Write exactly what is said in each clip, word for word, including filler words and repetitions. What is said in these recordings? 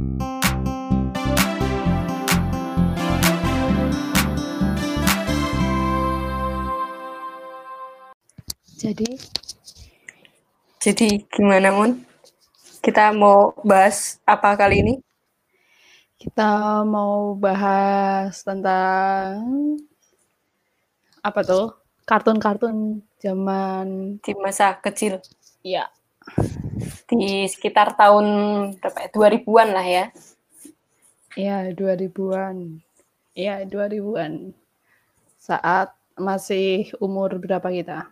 Jadi, Jadi gimana, Mun? Kita mau bahas apa kali ini? kita mau bahas tentang apa tuh? Kartun-kartun zaman Di masa kecil. ya. Di sekitar tahun berapa ya? dua ribuan lah ya. Ya, dua ribuan. Ya, dua ribuan. Saat masih umur berapa kita?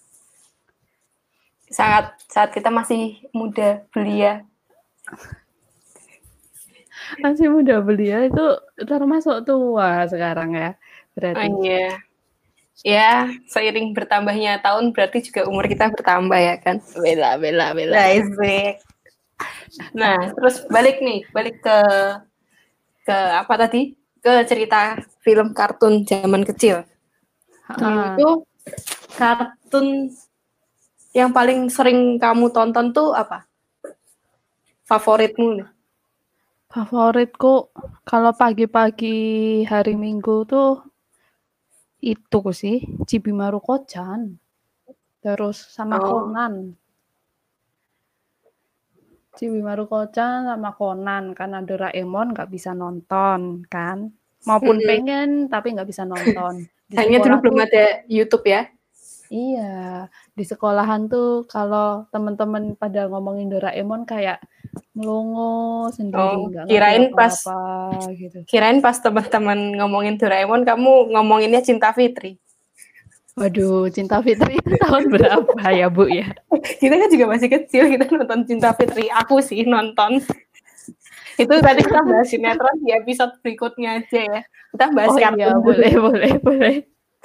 Saat saat kita masih muda belia. Masih muda belia itu termasuk tua sekarang ya. Berarti. Oh iya. Ya, seiring bertambahnya tahun berarti juga umur kita bertambah ya kan? Bela, bela, bela. Baik. Nah, terus balik nih, balik ke ke apa tadi? Ke cerita film kartun zaman kecil. Ha-ha. Itu kartun yang paling sering kamu tonton tuh apa? Favoritmu nih? Favoritku kalau pagi-pagi hari Minggu tuh itu sih Chibi Maruko-chan. Terus sama Oh. Conan. Chibi Maruko-chan sama Conan karena Doraemon nggak bisa nonton kan. Maupun Mm-mm. pengen tapi nggak bisa nonton. Di Sayangnya dulu sekolah belum tuh ada YouTube ya. iya, di sekolahan tuh kalau teman-teman pada ngomongin Doraemon kayak melongo sendiri, Oh, nggak ngerti kirain pas apa-apa gitu. kirain pas teman-teman ngomongin Doraemon kamu ngomonginnya Cinta Fitri. Waduh, Cinta Fitri itu tahun berapa ya, Bu ya? Kita kan juga masih kecil, kita nonton Cinta Fitri. Aku sih nonton. Itu tadi kita bahas sinetron di episode berikutnya aja ya. Kita bahas Oh kartun iya, dulu. boleh, boleh, boleh.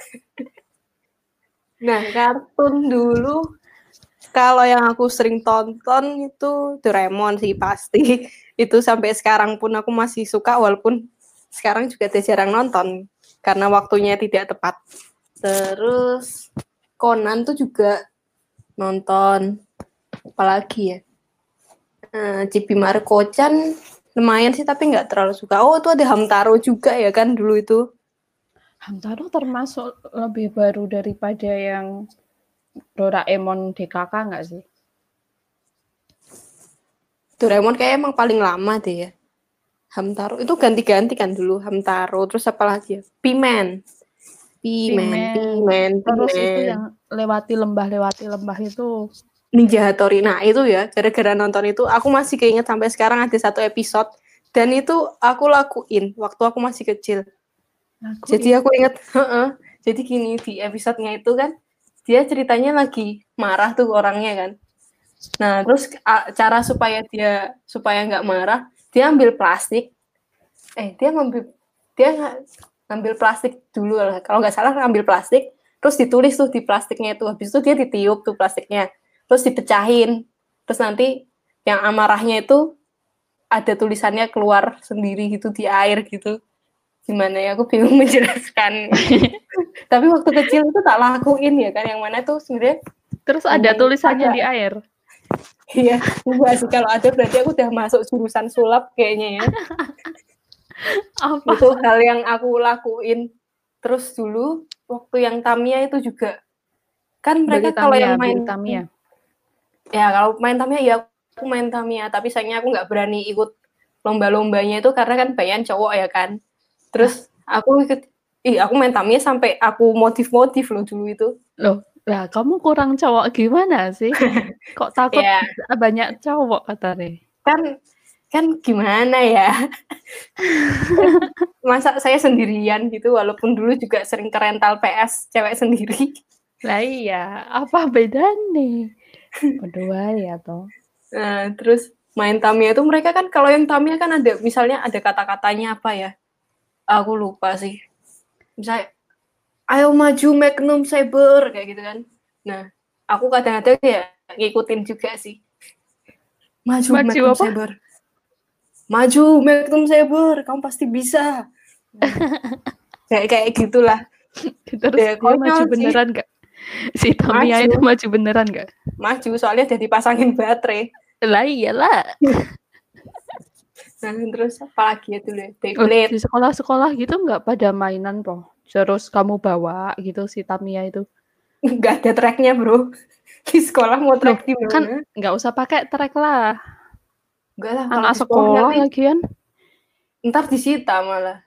Nah, kartun dulu kalau yang aku sering tonton itu Doraemon sih pasti. Itu sampai sekarang pun aku masih suka walaupun sekarang juga jarang nonton karena waktunya tidak tepat. Terus Conan tuh juga nonton, apalagi ya, uh, Chibi Maruko-chan lumayan sih tapi nggak terlalu suka. Oh, itu ada Hamtaro juga ya kan dulu itu. Hamtaro termasuk lebih baru daripada yang Doraemon D K K nggak sih? Doraemon kayak emang paling lama deh ya. Hamtaro itu ganti-ganti kan dulu Hamtaro, terus apa lagi ya? P-Man. P-Man, P-Man, Terus P-Man. itu yang lewati lembah, lewati lembah itu. Ninja Hattori. Nah, itu ya, gara-gara nonton itu, aku masih keinget sampai sekarang ada satu episode, dan itu aku lakuin waktu aku masih kecil. Lakuin. Jadi aku inget, uh-uh, jadi gini, di episodenya itu kan, dia ceritanya lagi marah tuh orangnya kan. Nah, terus a, cara supaya dia, supaya nggak marah, dia ambil plastik, eh, dia ngambil, dia ngambil plastik dulu lah, kalau nggak salah ngambil plastik, terus ditulis tuh di plastiknya itu, habis itu dia ditiup tuh plastiknya, terus dipecahin, terus nanti yang amarahnya itu ada tulisannya keluar sendiri gitu di air gitu. Gimana ya, aku bingung menjelaskan. Tapi waktu kecil itu tak lakuin ya kan, yang mana tuh sebenarnya. Terus ada tulisannya ada di air. Iya, enggak sih, kalau ada berarti aku udah masuk jurusan sulap kayaknya ya. Apa? Itu hal yang aku lakuin. Terus dulu waktu yang Tamiya itu juga kan mereka beli kalau Tamiya, yang main Tamiya. Ya kalau main Tamiya ya aku main Tamiya, tapi sayangnya aku nggak berani ikut lomba-lombanya itu karena kan banyak cowok ya kan. Terus nah. aku ikut, ih aku main Tamiya sampai aku modif-modif loh dulu itu. Loh, lah kamu kurang cowok gimana sih? Kok takut ya. banyak cowok katanya? Kan kan gimana ya? Masa saya sendirian gitu, walaupun dulu juga sering ke rental P S cewek sendiri. Lah iya, apa bedanya? Berdua ya toh. Nah, terus main Tamiya itu mereka kan kalau yang Tamiya kan ada misalnya ada kata-katanya apa ya? Aku lupa sih. Misalnya ayo maju Magnum Saber kayak gitu kan. Nah, aku kadang-kadang ya ngikutin juga sih. Maju, maju Magnum apa? Saber. Maju Magnum Saber, kamu pasti bisa. Kayak kayak gitulah. Terus ya, dia maju beneran nggak? Si Tamiya itu maju beneran nggak? Maju, soalnya udah dipasangin baterai. Lah iyalah. Nah, terus apalagi ya dulu ya, Oh, Beyblade. di sekolah-sekolah gitu nggak pada mainan po? Terus kamu bawa gitu si Tamiya itu? Nggak ada track-nya, Bro. Di sekolah mau Loh, track di kan mana? nggak usah pakai trek lah. Enggak lah, kalau Anak di sekolah sekolah nanti lagian. ntar disita malah.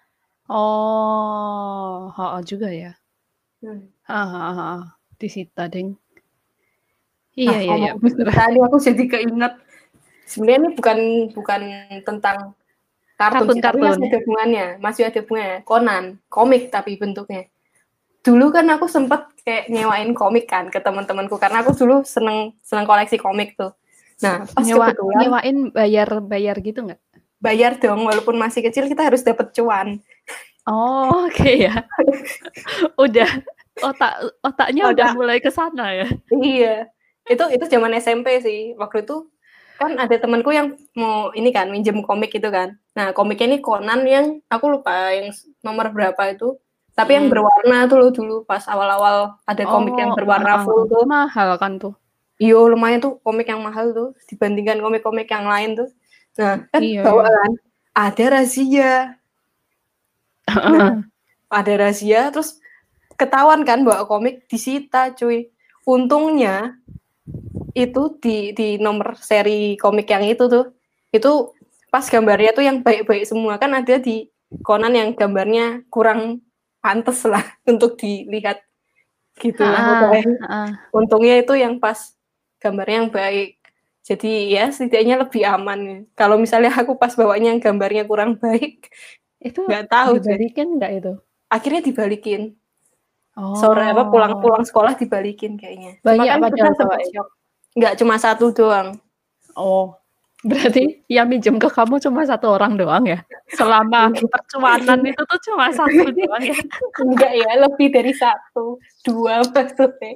Oh, heeh juga ya. Hmm. Heeh heeh heeh, disita deng. Nah, Iya iya iya, ngomong bener. disita nih aku jadi keinget. Sebenarnya ini bukan bukan tentang kartun sih, tapi Kartun-kartun. masih ada hubungannya, masih ada hubungannya. Conan, komik tapi bentuknya. Dulu kan aku sempet kayak nyewain komik kan ke teman-temanku karena aku dulu seneng seneng koleksi komik tuh. Nah, pas Nyewa kebetulan nyewain bayar-bayar gitu nggak? bayar dong, walaupun masih kecil kita harus dapat cuan. Oh, oke ya. Udah otak otaknya Oh, udah udah. mulai ke sana ya. Iya. Itu itu zaman S M P sih. Waktu itu kan ada temanku yang mau ini kan minjem komik itu kan. Nah, komiknya ini Conan yang aku lupa yang nomor berapa itu. Tapi yang Mhm. berwarna tuh loh dulu pas awal-awal ada komik yang Oh, heeh berwarna heeh full heeh. tuh. Mahal kan tuh. Iya, lumayan tuh komik yang mahal tuh dibandingkan komik-komik yang lain tuh. Nah, kan Iya iya. bawaan ada razia. Nah, Heeh. ada razia terus ketahuan kan bawa komik disita, cuy. Untungnya itu di di nomor seri komik yang itu tuh, itu pas gambarnya tuh yang baik-baik semua. Kan ada di Conan yang gambarnya kurang pantes lah untuk dilihat, gitulah Heeh pokoknya. heeh. Untungnya itu yang pas gambarnya yang baik. Jadi ya setidaknya lebih aman. Kalau misalnya aku pas bawanya yang gambarnya kurang baik, Itu nggak tahu deh. dibalikin nggak itu? Akhirnya dibalikin. Sore apa Oh. pulang-pulang sekolah dibalikin kayaknya. Cuma Banyak kan kita padahal sempet bawain. syok. Nggak cuma satu doang. Oh, berarti yang minjem ke kamu cuma satu orang doang ya? Selama percuanan itu tuh cuma satu doang ya? Enggak ya, lebih dari satu, dua maksudnya.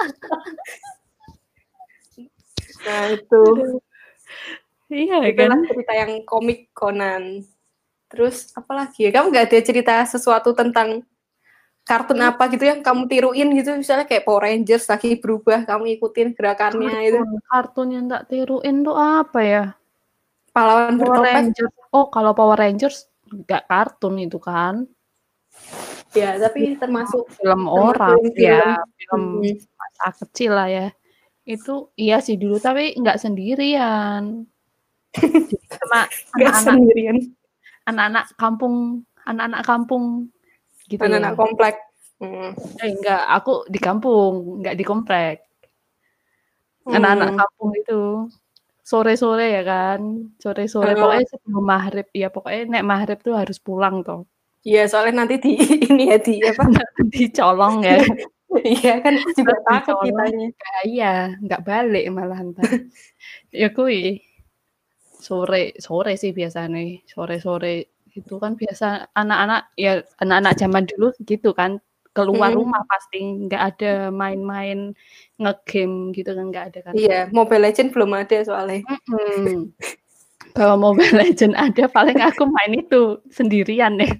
Nah, itu. Aduh. Iya kan? Itulah cerita yang komik Conan. Terus apa lagi ya? Kamu nggak ada cerita sesuatu tentang kartun Iya. apa gitu yang kamu tiruin gitu, misalnya kayak Power Rangers lagi berubah, kamu ikutin gerakannya itu. Kartun, kartun yang tak tiruin tuh apa ya? Pahlawan Power bertopeng. Rangers. Oh, kalau Power Rangers nggak kartun itu kan? Ya, tapi Film, termasuk film termasuk orang yang ya, film. film Hmm. masa kecil lah ya. Itu iya sih dulu, tapi nggak sendirian. Jadi sama Nggak anak-anak sendirian. anak-anak kampung anak-anak kampung gitu Anak-anak loh. komplek. Hmm. Eh enggak, aku di kampung, nggak di komplek. Anak-anak Hmm. kampung itu. Sore-sore ya kan, sore-sore Uh, pokoknya sebelum maghrib ya pokoknya nek maghrib tuh harus pulang toh. Iya, soalnya nanti di ini ya di apa? Dicolong ya. Iya kan juga Entar takut dicolong, kitanya. bahaya, nggak balik malah entar. Ya kuwi. Sore, sore sih biasanya, sore-sore itu kan biasa anak-anak ya anak-anak zaman dulu gitu kan, keluar Hmm. rumah pasti nggak ada main-main nge-game gitu kan, nggak ada kan. Iya, Mobile Legends belum ada soalnya. Mhm. Kalau Mobile Legends ada paling aku main itu sendirian ya.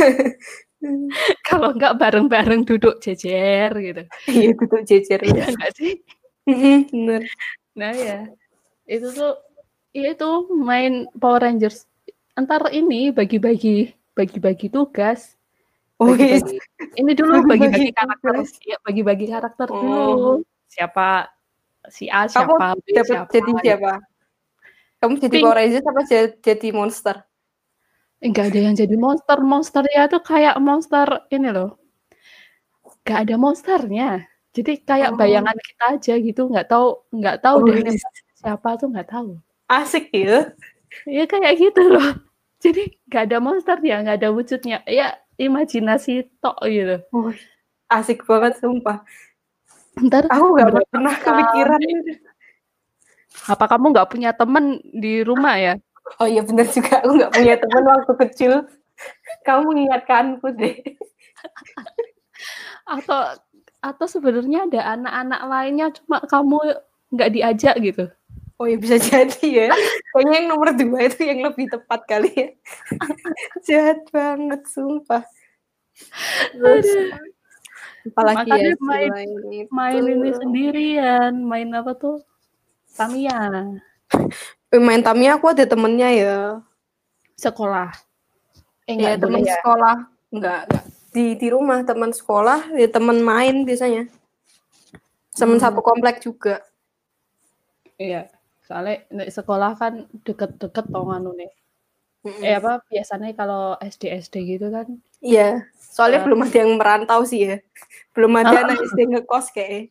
Kalau nggak bareng-bareng duduk jejer gitu. Iya, duduk jejer. Iya nggak sih? Mhm, bener. Nah ya, itu tuh ya itu main Power Rangers. Entar ini bagi-bagi bagi-bagi tugas. Oh, wis. Bagi-bagi ini dulu Bagi-bagi bagi-bagi karakter, tugas. ya bagi-bagi karakter Oh. dulu. Siapa si A, Kamu siapa B, dapat siapa jadi gitu. siapa? Kamu jadi Pink. Power Rangers apa jadi monster? Enggak ada yang jadi monster. Monsternya tuh kayak monster ini loh. Nggak ada monsternya. Jadi kayak Oh. bayangan kita aja gitu, nggak tahu nggak tahu Oh, deh ini wis. siapa tuh nggak tahu. Asik ya. Ya kayak gitu loh. Jadi nggak ada monsternya, nggak ada wujudnya. Ya imajinasi tok gitu. Oh, asik banget sumpah. Entar Aku nggak berapa pernah kepikiran. Apa kamu nggak punya teman di rumah ya? Oh iya bener juga, aku nggak punya teman waktu kecil. Kamu mengingatkanku deh. Atau atau sebenarnya ada anak-anak lainnya cuma kamu nggak diajak gitu? Oh ya bisa jadi ya. Kayaknya yang nomor dua itu yang lebih tepat kali ya. Jahat banget sumpah. Terus apalagi ya Makanya main selain itu. main ini sendirian, main apa tuh? Tamiya. Main Tamiya aku ada temennya ya. Sekolah. Eh Ya enggak boleh teman ya. sekolah, enggak, enggak. Di di rumah teman sekolah, ya teman main biasanya. Teman Hmm, satu komplek juga. iya. Soalnya nek sekolah kan deket-deket toh nganu nih. Eh Mm-mm. apa biasanya kalau S D S D gitu kan. Iya, soalnya eh, belum ada yang merantau sih ya. Belum ada oh, anak S D ngekos kayak.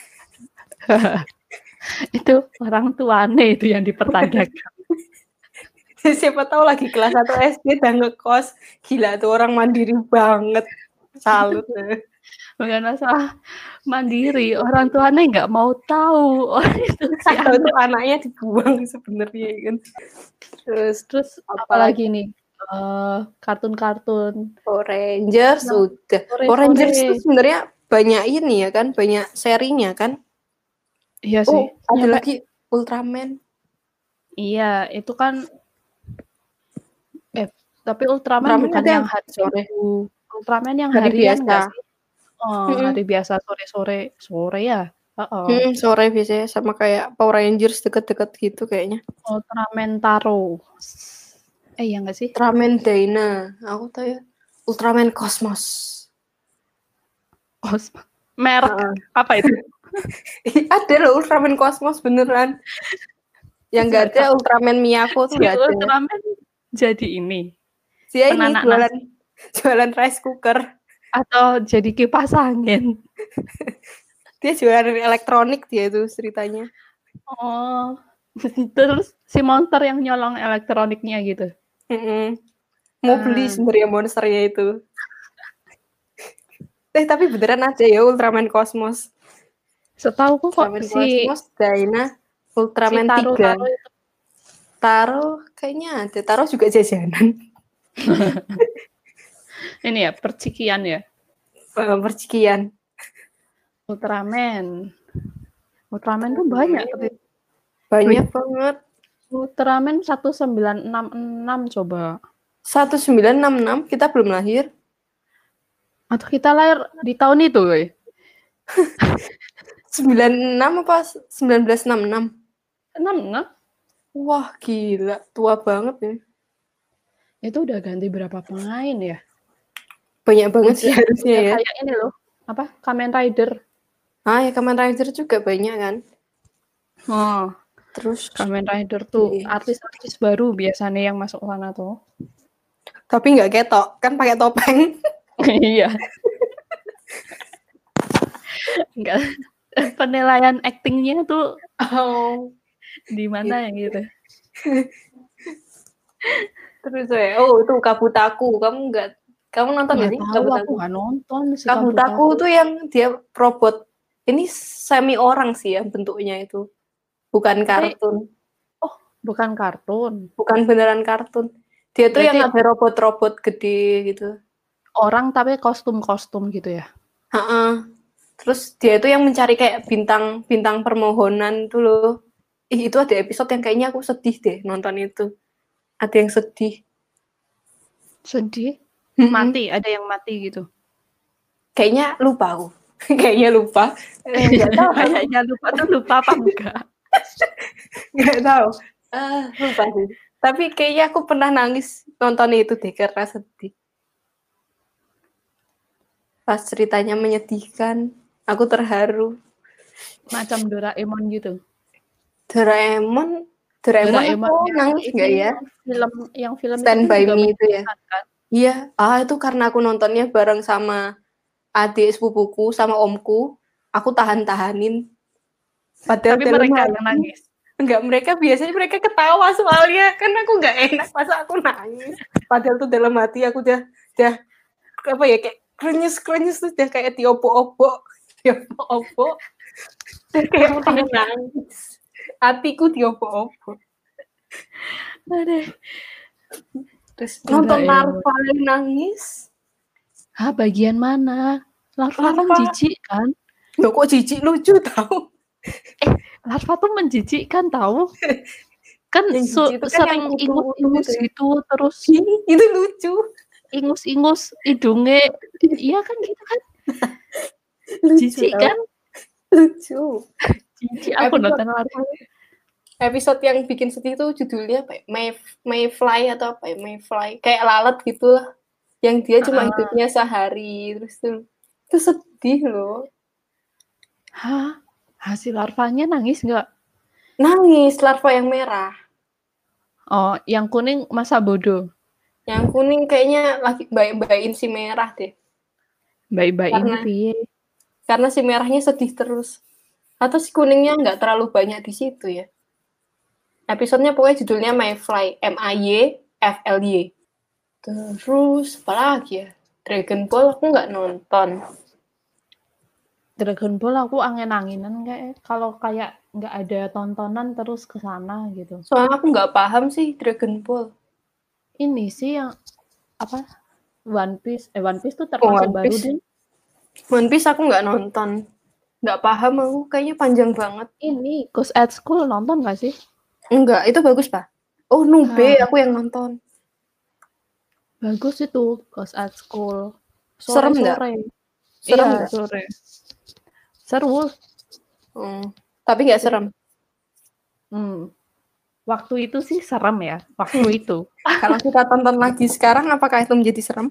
itu orang tuane itu yang dipertanyakan. Siapa tahu lagi kelas satu S D dan ngekos. Gila tuh orang mandiri banget. Salut. Bukan masalah mandiri, orang tuanya nggak mau tahu oh itu si Atau itu anak. anaknya dibuang sebenarnya kan. Terus Terus apalagi apalagi nih eh, kartun-kartun Power Rangers yang udah. Power sore-sore. Rangers tuh sebenarnya banyak ini ya kan, banyak serinya kan. Iya sih, Oh, ada nyampe lagi Ultraman. iya itu kan eh tapi Ultraman Ultraman bukan ada yang yang hari sore, Minggu. Ultraman yang hari harian biasa. nggak sih? Oh, Mm-mm. hari biasa sore-sore sore ya. Oh, Mm, sore biasanya sama kayak Power Rangers deket-deket gitu kayaknya. Ultraman Taro. Eh ya nggak sih? Ultraman Dyna, aku tahu ya. Ultraman Cosmos. Cosmo. Merek Heeh. apa itu? Ada loh Ultraman Cosmos beneran. Yang nggak ada Ultraman Miyako tuh Si nggak ada. Ultraman jadi ini Dia ini penanak jualan nasi jualan rice cooker. atau jadi kipas angin. Dia jualan elektronik dia itu ceritanya. Oh, terus si monster yang nyolong elektroniknya gitu. Mm-mm. Mau beli Hmm. sebenarnya monsternya itu. Eh tapi beneran ada ya Ultraman Cosmos. Setahuku kok Ultraman si Cosmos, Dyna, si Ultraman Taro tiga. Taro itu Taro kayaknya ada. Taro juga jajanan. ini ya percikian ya. Eh, Percikian. Ultraman. Ultraman tuh banyak tapi Banyak banget. Ultraman seribu sembilan ratus enam puluh enam coba. seribu sembilan ratus enam puluh enam kita belum lahir. Atau kita lahir di tahun itu, woy. sembilan puluh enam apa seribu sembilan ratus enam puluh enam? enam puluh enam? Wah, gila, tua banget ya. Itu udah ganti berapa pemain ya? Banyak banget sih Udah, harusnya udah ya. kayak ini loh. Apa? Kamen Rider. Ah, ya Kamen Rider juga banyak kan. Oh, Terus Kamen Rider tuh iya. artis-artis baru biasanya yang masuk sana tuh. Tapi nggak ketok, kan pakai topeng. Iya. Enggak. Penilaian aktingnya tuh Oh, di mana yang gitu. terus ya, oh itu Kabutaku, kamu nggak, kamu nonton nggak sih Tahu Kabutaku? aku nggak nonton si Kabutaku Kabutaku. tuh yang dia robot, ini semi orang sih ya bentuknya itu, bukan Tapi, kartun. oh, bukan kartun. Bukan beneran kartun. Dia tuh Berarti yang ada robot-robot gede gitu. orang tapi kostum-kostum gitu ya. Ha-ha. Terus dia itu yang mencari kayak bintang-bintang permohonan tuh loh. Ih, itu ada episode yang kayaknya aku sedih deh nonton itu. Ada yang sedih. Sedih. Mm-mm. Mati, ada yang mati gitu. Kayaknya lupa aku. Kayaknya lupa. Eh, nggak tahu. Kayaknya lupa tuh lupa apa enggak? Nggak tahu. Ah, lupa sih. Tapi kayaknya aku pernah nangis nonton itu deh karena sedih. Pas ceritanya menyedihkan, aku terharu. Macam Doraemon gitu. Doraemon, Doraemon, Doraemon aku yang nangis nggak ya? Film yang film Stand itu by juga Me itu ya? kan? Iya, ah itu karena aku nontonnya bareng sama adik sepupuku sama omku, aku tahan-tahanin. Padahal Tapi dalam mereka hati, yang nangis. enggak, mereka biasanya mereka ketawa soalnya kan aku nggak enak masa aku nangis. Padahal tuh dalam hati aku udah udah apa ya kayak krenyes-krenyes tuh udah kayak diopo-opo, diopo-opo. Kayak mau pengen nangis. Hatiku diopo-opo. Aduh. Terus nonton Doraemon. Larva yang nangis. Hah, bagian mana? Larva kan Larva. jijik kan? Loh kok jijik, lucu tau. Eh, larva tuh menjijikkan tahu. Kan, Yang su- jijik itu kan sering yang utuh-utuh ingus-ingus gitu ya. gitu, terus Ih, itu lucu. ingus-ingus hidungnya. Iya kan gitu kan? Lucu Jijik tau. kan? Lucu. Jijik aku Episode- nonton larva. Episode yang bikin sedih tuh judulnya apa ya? May Mayfly atau apa ya? Mayfly. Kayak lalat gitu lah. Yang dia cuma Heeh. hidupnya sehari terus tuh itu sedih loh. Hah? Hasil larvanya nangis nggak? Nangis larva yang merah. Oh, yang kuning masa bodoh. Yang kuning kayaknya lagi baik-baikin si merah deh. Baik-baik ini Karena piye? karena si merahnya sedih terus. Atau si kuningnya nggak terlalu banyak di situ ya. Episodenya pokoknya judulnya Mayfly, M A Y F L Y. Terus apa lagi ya? Dragon Ball aku nggak nonton. Dragon Ball aku angin-anginan kayak kalau kayak nggak ada tontonan terus ke sana gitu. Soalnya aku nggak paham sih Dragon Ball. Ini sih yang apa? One Piece. Eh One Piece tuh Oh, termasuk One baru Piece. deh. One Piece aku nggak nonton. Nggak paham aku, kayaknya panjang banget. Ini Ghost at School nonton nggak sih? Enggak, itu bagus, Pak. Oh, Nube, Ah, aku yang nonton. bagus itu Ghost at School. Serem nggak? Sore-sore. Serem Iya, nggak? sore. Seru. Hmm, tapi nggak serem. Hmm. Waktu itu sih serem ya. Waktu itu. Kalau kita tonton lagi sekarang, apakah itu menjadi serem?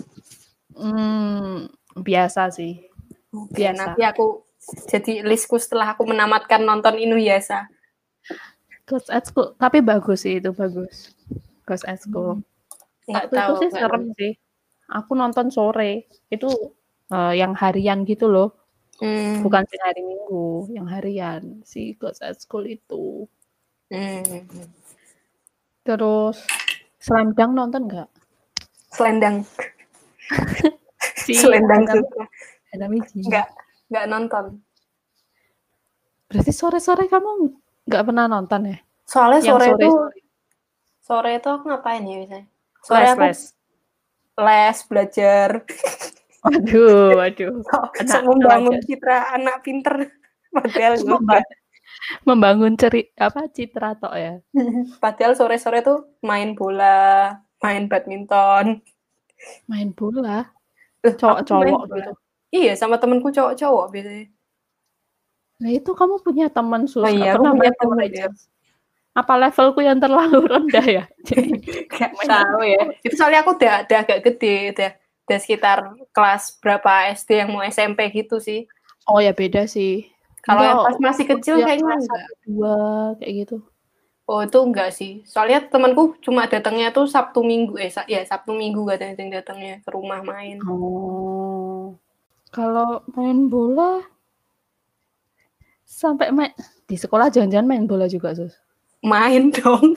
Hmm, biasa sih. Oke, Biasa. nanti aku jadi listku setelah aku menamatkan nonton Inuyasha. Ghost at School, tapi bagus sih itu bagus. Ghost at School. Nggak Waktu tahu. itu sih nggak serem nonton. sih. Aku nonton sore. Itu uh, yang harian gitu loh. Hmm. Bukan si hari Minggu, yang harian. Si Ghost at School itu. Hmm. Terus Slam Dunk nonton nggak? Selendang. Si Selendang Hanami, sutra. Hanamichi. Nggak, nggak nonton. Berarti sore-sore kamu nggak pernah nonton ya? Soalnya Yang sore, sore itu sore. sore itu aku ngapain ya biasanya? Sore Les aku les. les, belajar. Waduh, waduh. Sok Anak membangun pelajar. citra anak pinter. Padahal juga. Memba- membangun ceri apa citra tok ya. Padahal sore-sore tuh main bola, main badminton. Main bola. Loh, aku main Cowok-cowok bola. gitu. Iya, sama temenku cowok-cowok biasanya. Nah itu kamu punya teman sus, Oh nggak iya, aku pernah punya main Power temen ya. Rangers. Apa levelku yang terlalu rendah ya? Jadi Gak main tahu ya. Itu soalnya aku udah, udah agak gede, udah, udah sekitar kelas berapa S D yang mau S M P gitu sih. Oh ya beda sih. Kalau yang Enggak, pas masih kecil yang kayaknya kelas enggak. satu dua kayak gitu. Oh itu enggak sih. Soalnya temanku cuma datangnya tuh Sabtu Minggu. Eh sa- ya Sabtu Minggu katanya yang datangnya ke rumah main. Oh. Kalau main bola sampai main di sekolah jangan-jangan main bola juga sus. Main dong.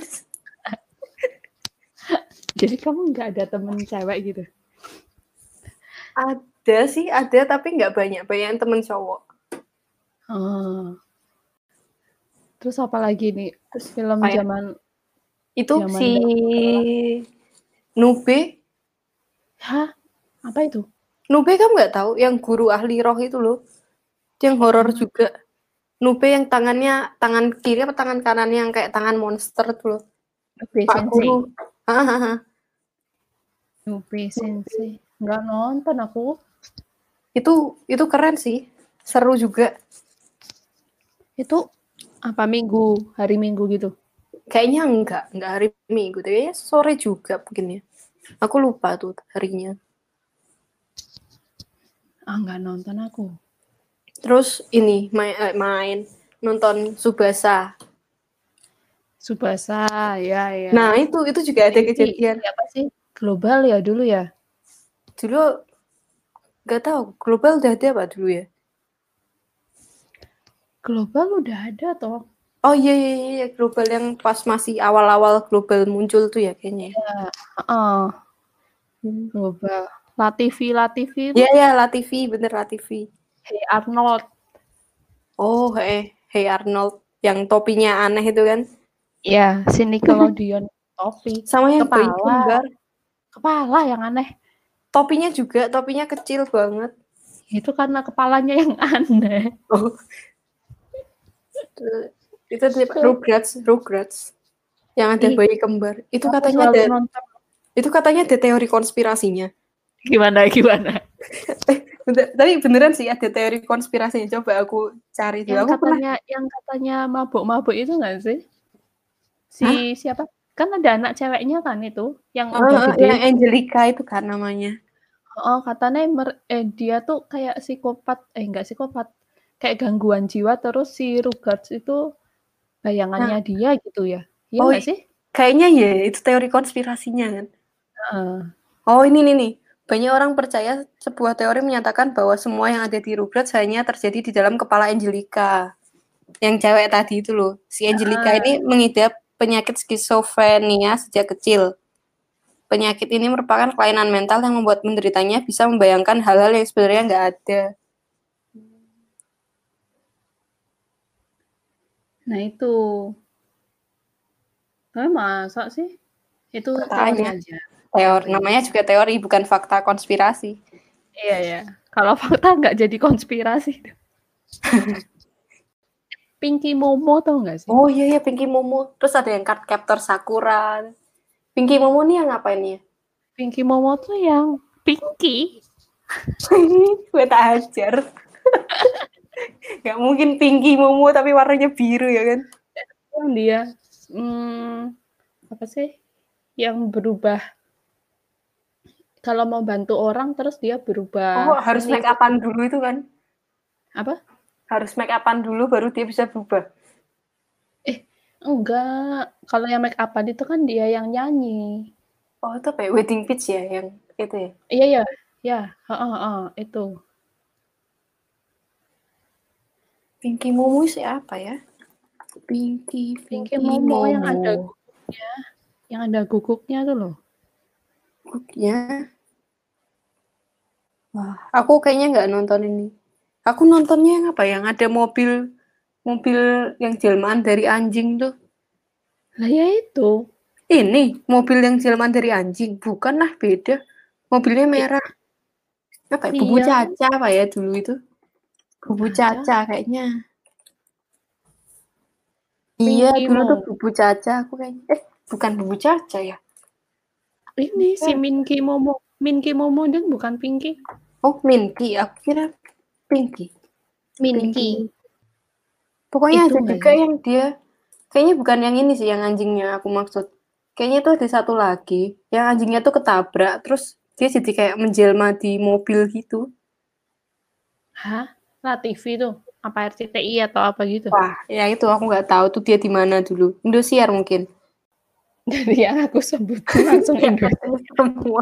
Jadi kamu nggak ada temen cewek gitu? Ada sih, ada tapi nggak banyak. Banyak temen cowok. Oh. Terus apa lagi nih? Terus Film apa ya? zaman Itu zaman si dahulu. Nube. Hah? Apa itu? Nube kamu nggak tahu? Yang guru ahli roh itu loh. Yang horor Hmm. juga. Nube yang tangannya, tangan kiri apa tangan kanannya yang kayak tangan monster tuh loh. Nube Pak Sensei. Guru. Hahaha. Nube Sensei. Nggak nonton aku. Itu itu keren sih. Seru juga. Itu apa minggu, hari Minggu gitu? Kayaknya enggak, enggak hari Minggu. Kayaknya sore juga mungkin ya. Aku lupa tuh harinya. Ah, nggak nonton aku. Terus ini main, eh, main nonton Tsubasa. Tsubasa, ya ya. Nah, itu itu juga ada Ini, kejadian. ini apa sih? Global ya dulu ya? Dulu nggak tahu, global udah ada apa dulu ya? Global udah ada toh. Oh iya iya iya, global yang pas masih awal-awal global muncul tuh ya kayaknya. Ya, uh, Hmm. Global. Latifi, Latifi. Iya ya, Latifi, bener Latifi. Hey Arnold. Oh, hey, hey Arnold yang topinya aneh itu kan? Ya, si Nickelodeon topi. Sama yang bayi Kepala. kembar. Kepala yang aneh. Topinya juga, topinya kecil banget. Itu karena kepalanya yang aneh. Oh. Itu Rugrats, Rugrats. Yang ada Ih, bayi kembar. Itu aku katanya selalu ada nonton. itu katanya ada teori konspirasinya. Gimana gimana? Eh, bener, tapi beneran sih ada teori konspirasinya. Coba aku cari dulu. Yang Aku katanya pernah yang katanya mabuk-mabuk itu nggak sih? Hah? Si siapa? Kan ada anak ceweknya kan itu, yang Heeh udah heeh, gede. yang Angelica itu kan namanya. Heeh, katanya mer eh, dia tuh kayak psikopat eh, enggak psikopat, kayak gangguan jiwa, terus si Rugrats itu Nah, bayangannya dia gitu ya. Iya oh nggak sih? kayaknya ya itu teori konspirasinya kan. Heeh. Oh ini nih nih, banyak orang percaya sebuah teori menyatakan bahwa semua yang ada di Rugrats hanya terjadi di dalam kepala Angelica. Yang cewek tadi itu loh. Si Angelica Heeh. ini mengidap penyakit skizofrenia sejak kecil. Penyakit ini merupakan kelainan mental yang membuat penderitanya bisa membayangkan hal-hal yang sebenarnya nggak ada. Nah itu. Tapi masa sih? Itu teori Katanya aja. teori, Teori. namanya juga teori bukan fakta konspirasi. Iya ya. Kalau fakta nggak jadi konspirasi. Pinky Momo tau nggak sih? Oh iya ya Pinky Momo. Terus ada yang card captor Sakura. Pinky Momo nih yang ngapain ya? Pinky Momo tuh yang Pinky. Gue tak ajar. Gak mungkin Pinky Momo tapi warnanya biru ya kan? Yang dia hmm, apa sih? Yang berubah kalau mau bantu orang terus dia berubah. Oh harus ini make upan dulu itu kan? apa? Harus make upan dulu baru dia bisa berubah. Eh, enggak. Kalau yang make upan itu kan dia yang nyanyi. Oh itu apa ya? Wedding Peach ya yang itu ya? Iya ya, ya, heeh, heeh, itu. Pinky Momo siapa ya? Pinky Pinky Pinky Momo Momo. yang ada guguknya, yang ada guguknya tuh loh. Guguknya. Wah, aku kayaknya nggak nonton ini. Aku nontonnya yang apa? Yang ada mobil mobil yang jelmaan dari anjing tuh. Lah ya itu. Ini mobil yang jelmaan dari anjing, bukan lah beda. Mobilnya Eh, merah. Apa ya? Bubu iya, Caca apa ya dulu itu? Bubu Caca, Caca kayaknya. Iya, Pinky dulu tuh Momo. Bubu Caca aku kayaknya. Eh, bukan Bubu Caca ya? Ini si Minky Momo. Minky Momo dan bukan Pinky. Oh, Minky. Aku kira Pinky. Pinky. Minky. Pokoknya Itu ada enggak juga sih? yang dia, kayaknya bukan yang ini sih, yang anjingnya aku maksud. Kayaknya tuh ada satu lagi, yang anjingnya tuh ketabrak, terus dia jadi kayak menjelma di mobil gitu. Hah? Lah T V tuh. Apa R C T I atau apa gitu? Wah, ya itu aku nggak tahu tuh dia di mana dulu. Indosiar mungkin. Dari yang aku sebutin langsung Indonesia. Semua.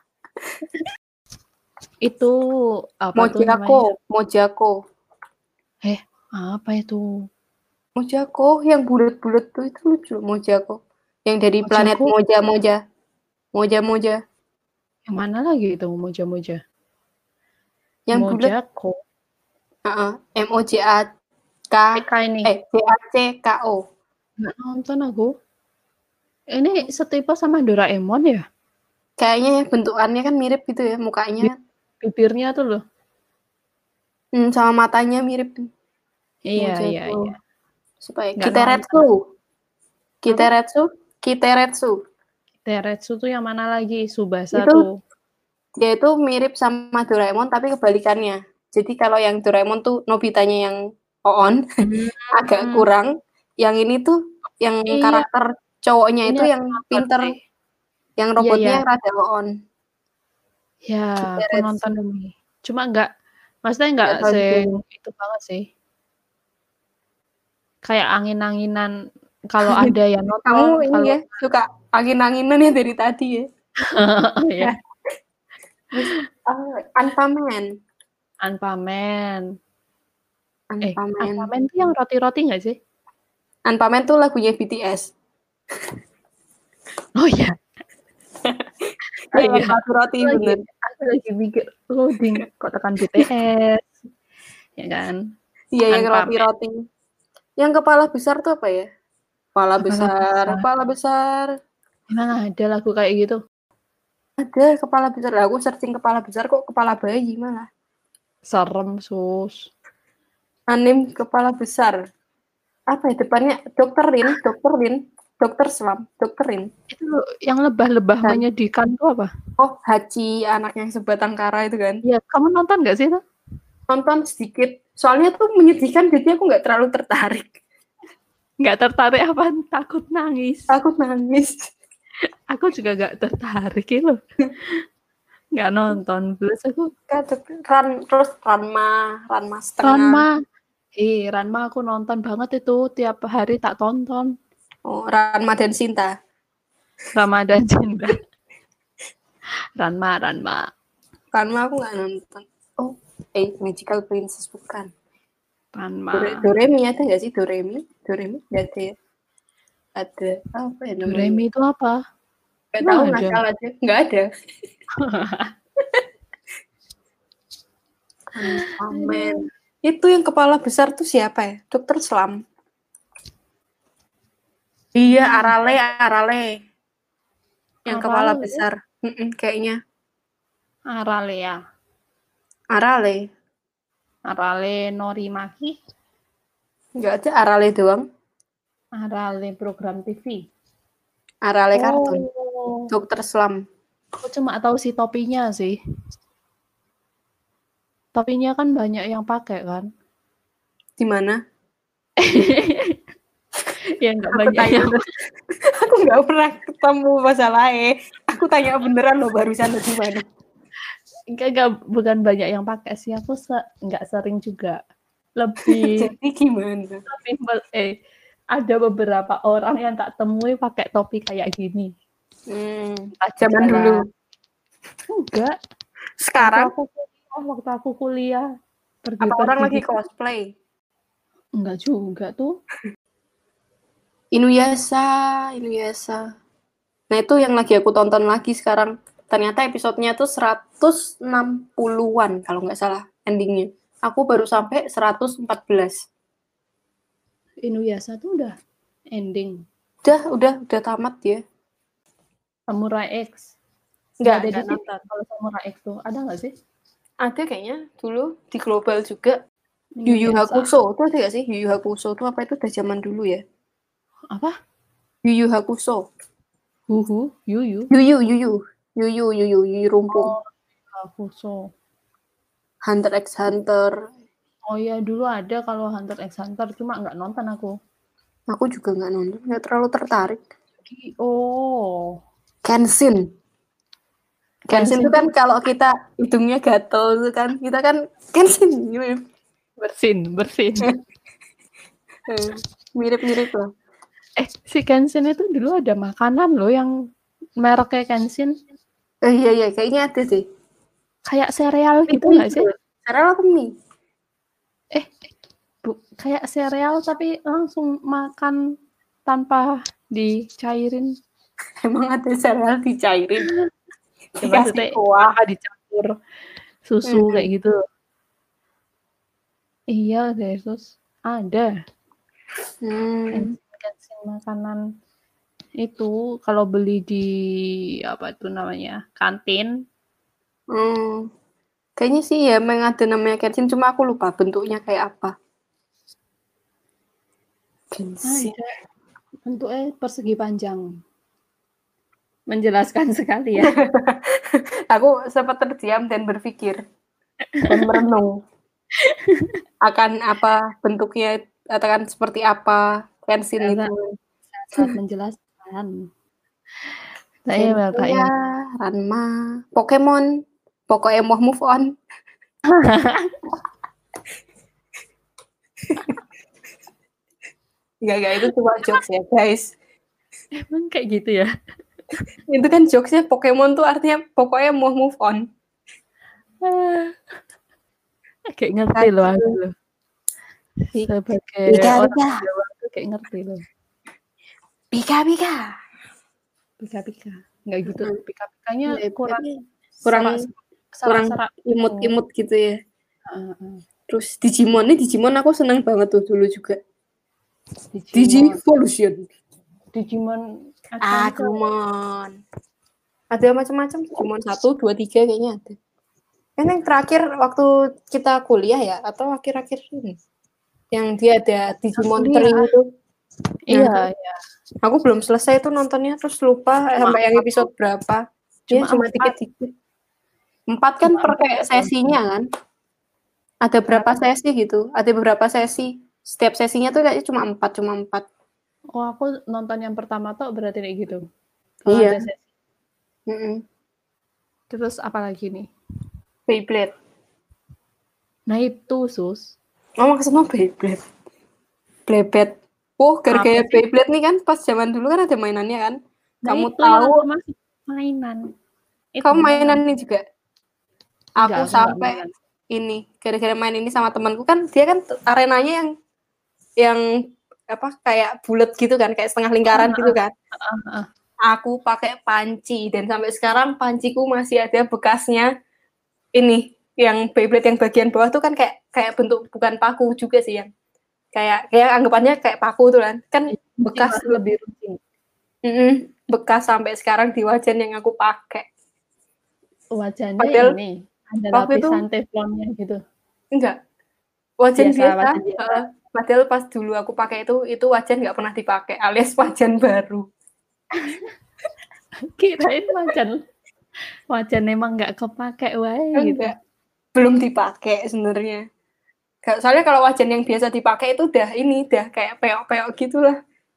Itu apa tuh Mojako, namanya? Mojako. Eh, apa itu? Mojako yang bulat-bulat tuh itu lucu, Mojako. Yang dari planet Mojago? Moja Moja. Moja Moja. Yang mana lagi itu Moja-Moja? Yang bulat. Mojako. Uh-uh. M O J A K T K ini. eh J A C K O. Nggak nonton aku. Ini setipe sama Doraemon ya? Kayaknya ya bentukannya kan mirip gitu ya mukanya. Bibirnya tuh loh. Hmm, sama matanya mirip. Iya, Mojako. iya, iya. Supaya Nggak Kiteretsu. nonton. Kiteretsu, Kiteretsu. Teretsu tuh yang mana lagi? Subasa Itu tuh. dia itu mirip sama Doraemon tapi kebalikannya. Jadi kalau yang Doraemon tuh Nobitanya yang on Hmm. agak kurang. Yang ini tuh yang Iya. karakter cowoknya Ini itu aku yang nonton pinter. sih. Yang Iya, robotnya iya. yang rada on. Ya, aku Kiteretsu. nonton ini. Cuma nggak, maksudnya nggak Nggak tahu se juga. itu banget sih. Kayak angin-anginan kalau ada yang Kamu nonton, ini kalau ya suka angin-anginan ya dari tadi ya. ya. Terus uh, Unpamen. Unpamen. Eh, Unpamen. Unpamen tuh yang roti-roti nggak sih? Unpamen tuh lagunya B T S. Oh iya. Oh Yang iya. roti Aku lagi, bener. aku lagi mikir loading kok tekan B T S, ya kan? Iya yang Unpamen. roti-roti. Yang kepala besar tuh apa ya? Kepala, Kepala besar, besar. kepala besar. Emang ada lagu kayak gitu? Ada kepala besar. Lah, aku searching kepala besar kok kepala bayi malah. Serem sus. Anim kepala besar. Apa ya depannya? Dokter Rin, Dokter Rin, Dokter Swam, Dokter Rin. Itu yang lebah-lebah Dan, menyedihkan tuh apa? oh, Hachi, anak yang sebatang kara itu kan. Iya, kamu nonton nggak sih itu? Nonton sedikit. Soalnya tuh menyedihkan jadi aku nggak terlalu tertarik. Nggak tertarik apa takut nangis? Takut nangis. Aku juga nggak tertarik loh. Nggak nonton. Terus aku Ran, terus Ranma, Ranma setengah. Ranma. Eh, Ranma aku nonton banget itu. Tiap hari tak tonton. Oh, Ranma dan Sinta. Ramadan Cinta. Ranma, Ranma. Ranma aku nggak nonton. Oh, eh Magical Princess bukan. Ranma. Dore, Doremi ada nggak sih Doremi? Doremi nggak ada ya? Ada apa ya namanya? Doremi itu apa? Nggak tahu, nggak salah aja. Nggak ada. Amen. Itu yang kepala besar tuh siapa ya? Dokter Slam. Iya, Arale, Arale. Yang Arale. kepala besar. Mm-mm, kayaknya. Arale ya. Arale. Arale Norimaki. Nggak ada, Arale doang. Arale program T V. Arale kartun. Oh. Dokter Slam. Aku cuma tahu si topinya sih. Topinya kan banyak yang pakai kan. Di mana? Ya nggak banyak yang... Aku nggak pernah ketemu masalahnya. Aku tanya beneran loh barusan di mana. Enggak, bukan banyak yang pakai sih. Aku se- nggak sering juga. Lebih... Jadi gimana? Lebih, eh, ada beberapa orang yang tak temui pakai topi kayak gini. Hmm, zaman dulu. Enggak. Sekarang? Waktu aku kuliah. Waktu aku kuliah pergi, apa orang lagi cosplay? Enggak juga tuh. Inuyasha, Inuyasha. Nah itu yang lagi aku tonton lagi sekarang. Ternyata episodenya tuh seratus enam puluhan kalau nggak salah endingnya. Aku baru sampai seratus empat belas. Inuyasha tuh udah ending. Udah, udah, udah tamat ya. Samurai X. Nggak ada di di kalau Samurai X tuh. Ada nggak sih? Ada kayaknya dulu di global juga. Yu Yu Hakusho itu ada nggak sih? Yu Yu Hakusho itu apa itu udah zaman dulu ya? Apa? Yu Yu Hakusho. Huhu, Yu Yu. Yu Yu, Yu Yu. Yu Yu, Yu Yu, Yu Yu rumpung. Oh, Hakusho. Hunter x Hunter. Oh iya, dulu ada kalau Hunter x Hunter, cuma nggak nonton aku. Aku juga nggak nonton, nggak terlalu tertarik. Oh. Kenshin. Kenshin itu kan kalau kita hidungnya gatel itu kan, kita kan Kenshin. Bersin, bersin. Mirip-mirip lah. Eh, si Kenshin itu dulu ada makanan loh yang mereknya Kenshin. Eh, iya, iya, kayaknya ada sih. Kayak sereal gitu nggak sih? Sereal apa mie? Eh, bu, kayak sereal tapi langsung makan tanpa dicairin. Emang ada sereal dicairin? Dikasih kuah, dicampur susu hmm. kayak gitu. Iya, Yesus. Ada. Hmm. Kenshin makanan itu kalau beli di apa itu namanya kantin. Hmm. Kayaknya sih ya memang ada namanya Kenshin, cuma aku lupa bentuknya kayak apa. Kenshin. Ada. Bentuknya persegi panjang. Menjelaskan sekali ya. Aku sempat terdiam dan berpikir dan merenung akan apa bentuknya, akan seperti apa Kenshin itu. Sangat menjelaskan. Saya ya, Ranma, Pokemon, pokoknya mau move on. Enggak, enggak, itu cuma jokes ya guys. Emang kayak gitu ya? Itu kan jokesnya Pokemon tuh artinya pokoknya mau move on. Kayak ngerti loh aku loh. Sebagai Bika, orang Bika. Jawa tuh kayak ngerti loh. Pika Pika. Pika Pika. Enggak gitu. Pika Pikanya ya, kurang kurang kurang imut-imut gitu ya. Uh-uh. Terus Digimon nih Digimon aku seneng banget tuh dulu juga. Digimon. Digivolution. Digimon. Agumon. Ada macam-macam Digimon satu, dua, tiga kayaknya ada. Kan yang terakhir waktu kita kuliah ya atau akhir-akhir ini yang dia ada Digimon Teri itu. Iya, nah, iya. Aku belum selesai tuh nontonnya terus lupa cuma sampai yang episode berapa. Cuma, ya, cuma dikit-dikit. Empat kan per kayak sesinya kan. Ada berapa sesi gitu? Ada beberapa sesi. Setiap sesinya tuh kayaknya cuma empat, cuma empat. Oh, aku nonton yang pertama tuh berarti kayak gitu. Kalau Iya. ada sesi. Mm-mm. Terus apa lagi nih? Beyblade. Nah itu, Sus. Oh, maksudnya Beyblade. Beyblade. Oh, Apa gara-gara sih? Beyblade nih kan pas zaman dulu kan ada mainannya kan. Nah Kamu itu yang tahu, termasuk mainan. Itu kamu mainan mainan. nih juga. Enggak, Aku aku enggak sampai mainan. ini gara-gara main ini sama temanku kan dia kan arenanya yang yang apa kayak bulat gitu kan, kayak setengah lingkaran gitu kan. Heeh, heeh. Aku pakai panci dan sampai sekarang panciku masih ada bekasnya. Ini yang Beyblade yang bagian bawah tuh kan kayak kayak bentuk bukan paku juga sih yang kayak kayak anggapannya kayak paku tuh kan kan Runcing bekas lah, tuh. lebih runcing. Mm-mm, bekas sampai sekarang di wajan yang aku pakai. Wajannya Padahal ini ada waktu itu lapisan teflonnya gitu. enggak wajan Biasa, biasa. wajan biasa. Uh, padahal pas dulu aku pakai itu itu wajan nggak pernah dipakai alias wajan baru. Kirain wajan wajan emang nggak kepake wae gitu. Enggak, belum dipakai sebenarnya. Soalnya kalau wajan yang biasa dipakai itu udah ini udah kayak peok-peok gitulah.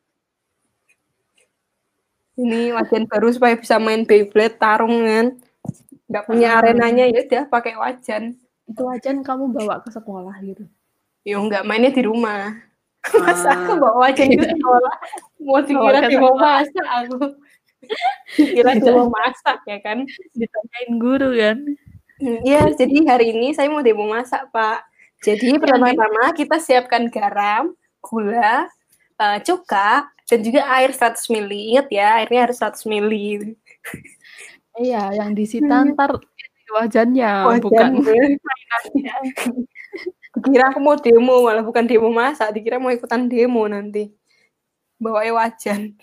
Ini wajan baru supaya bisa main Beyblade tarungan. Nggak punya Heeh. arenanya ya udah pakai wajan. Itu wajan kamu bawa ke sekolah gitu. Yo nggak mainnya di rumah. Masa aku Ah, bawa wajan ke sekolah? Mau bawa dikira ke dia mau sekolah masak aku. Dikira dia mau masak ya kan? ditanyain guru kan. Iya, jadi hari ini saya mau demo masak, Pak. Jadi pertama-tama kita siapkan garam, gula, uh, cuka, dan juga air seratus mililiter. Ingat ya, airnya harus seratus mililiter. Iya, yang disita ntar wajannya, Wajan bukan mainannya. Dikira aku mau demo, malah bukan demo masak. Dikira mau ikutan demo nanti. Bawa wajan.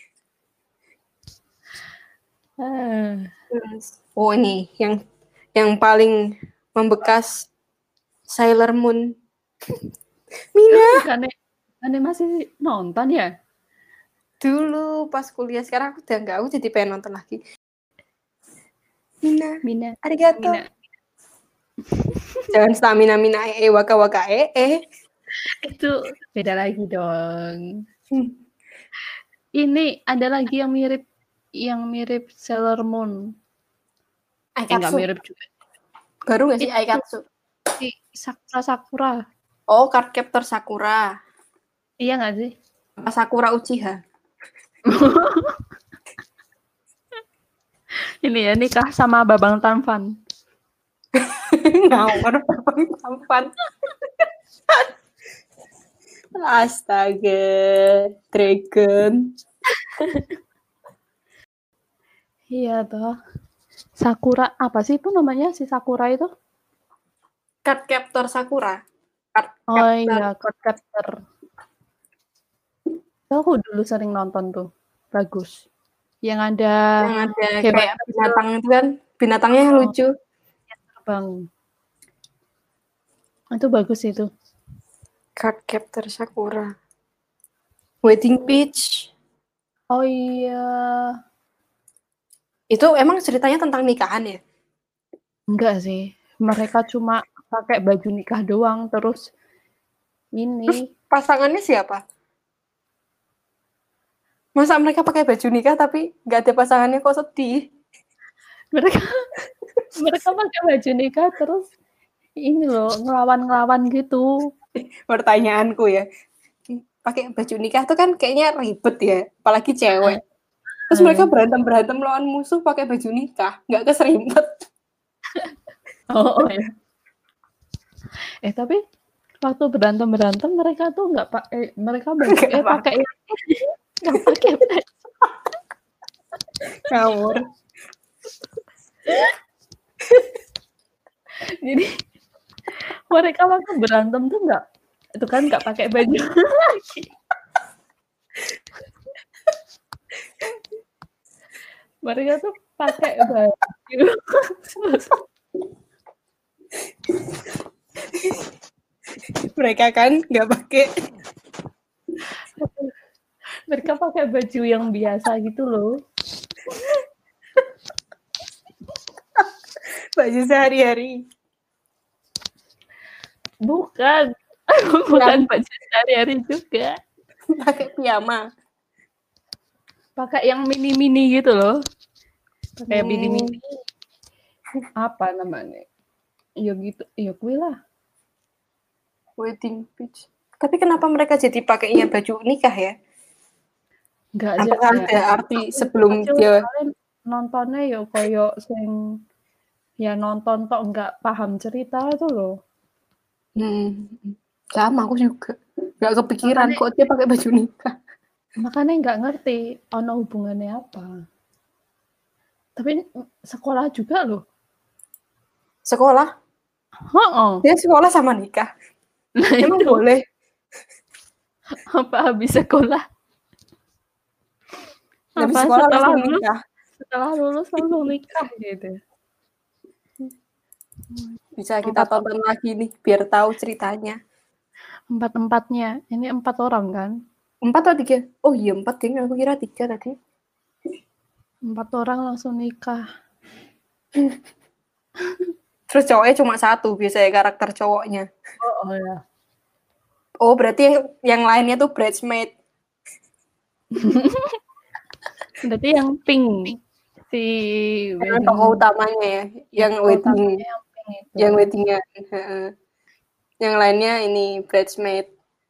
Ah. Oh ini, yang yang paling membekas Sailor Moon. Mina. Bukannya, bukannya masih nonton ya? Dulu pas kuliah, sekarang aku udah enggak, aku jadi pengen nonton lagi. Mina, Mina, arigato. Mina. Jangan stamina mina ee waka waka ee. Itu beda lagi dong. Hmm. Ini ada lagi yang mirip yang mirip Sailor Moon. Eh, enggak mirip juga. Baru nggak sih Aikatsu? Si Sakura Sakura. Oh, Cardcaptor Sakura. Iya nggak sih? Sakura Uchiha. Ini ya nikah sama Babang Tampan. Ngawur Babang Tampan. Astaga, Dragon. Iya toh. Sakura apa sih itu namanya si Sakura itu? Cardcaptor Sakura. Card oh iya, Cardcaptor. Aku dulu sering nonton tuh. Bagus. Yang ada yang ada kayak binatang itu kan, binatangnya yang lucu. Yang terbang. Itu bagus itu. Cardcaptor Sakura. Wedding Peach. Oh iya. Itu emang ceritanya tentang nikahan ya? Enggak sih. Mereka cuma pakai baju nikah doang terus ini. Terus pasangannya siapa? Masa mereka pakai baju nikah tapi nggak ada pasangannya, kok sedih? Mereka mereka pakai baju nikah terus ini loh ngelawan-ngelawan gitu. Pertanyaanku ya, pakai baju nikah tuh kan kayaknya ribet ya, apalagi cewek. Terus mereka berantem-berantem lawan musuh pakai baju nikah, nggak keserimpet. Oh, oh ya. Eh tapi waktu berantem-berantem mereka tuh nggak pakai, mereka baju eh pakai nggak pakai baju. Ngawur. Jadi mereka waktu berantem tuh nggak, itu kan nggak pakai baju lagi. Mereka tuh pakai baju. Mereka kan nggak pakai. Mereka pakai baju yang biasa gitu loh. Baju sehari-hari. Bukan. Bukan baju sehari-hari juga. Pakai piyama. Pakai yang mini-mini gitu loh. Pakai Hmm. mini-mini. Apa namanya? Ya gitu, ya kuwi lah. Wedding beach. Tapi kenapa mereka jadi pakainya baju nikah ya? Enggak aja. Apakah Ya. ada arti Aku sebelum kecil dia kemarin nontonnya ya koyo sing ya nonton tok enggak paham cerita itu loh. Hmm. Sama aku juga. Enggak kepikiran Makanya, kok dia pakai baju nikah. makanya enggak ngerti ono hubungannya apa. Tapi sekolah juga loh. Sekolah? Heeh. Dia sekolah sama nikah. Nah, Emang itu. boleh? Apa habis sekolah? Habis Apa sekolah setelah langsung lulus? nikah. Setelah lulus langsung nikah gitu. Bisa kita Empat, tonton lagi nih biar tahu ceritanya. Empat-empatnya. Ini empat orang kan? Empat atau tiga? Oh iya empat, ding. Aku kira tiga tadi. Empat orang langsung nikah. Terus cowoknya cuma satu biasanya karakter cowoknya. Oh, oh ya. Oh berarti yang, yang lainnya tuh bridesmaid. Berarti yang pink si Yang wedding. tokoh utamanya ya, yang tokoh wedding, utamanya yang pink itu. yang weddingnya. Yang lainnya ini bridesmaid.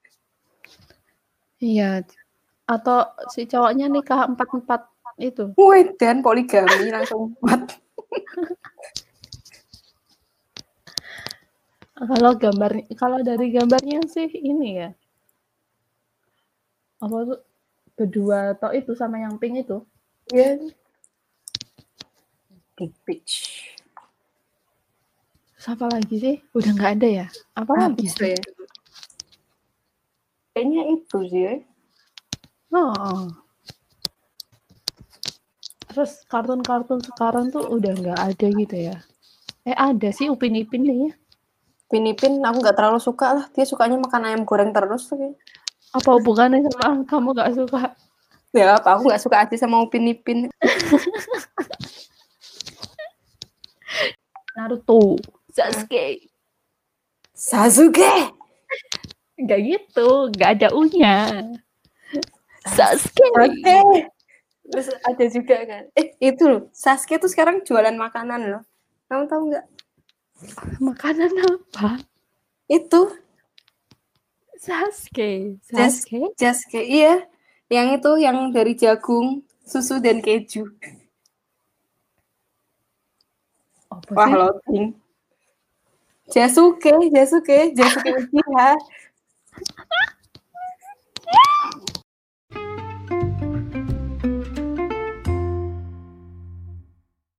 Iya. Atau si cowoknya nikah empat-empat itu. Wih, dan poligami langsung empat. Kalau gambar, kalau dari gambarnya sih ini ya. Apa tuh berdua atau itu sama yang pink itu? Ya. Big beach. Terus apa lagi sih? Udah nggak ada ya? Apa Ah, lagi bisa sih? ya. Kayaknya itu sih. Ya. Oh. Terus kartun-kartun sekarang tuh udah nggak ada gitu ya? Eh ada sih Upin Ipin nih ya. Upin Ipin aku nggak terlalu suka lah. Dia sukanya makan ayam goreng terus tuh. Apa hubungannya sama kamu nggak suka? Ya apa, aku nggak suka aja sama Upin Ipin. Naruto, Sasuke. Sasuke. Nggak gitu, nggak ada U-nya. Sasuke. Sasuke. Terus ada juga kan. Eh itu loh, Sasuke tuh sekarang jualan makanan loh. Kamu tahu nggak? Makanan apa? Itu. Sasuke. Sasuke. Sasuke, iya. Yang itu, yang dari jagung, susu, dan keju. Apa Wah, sih? loading. Jasuke, Jasuke, Jasuke Uchiha.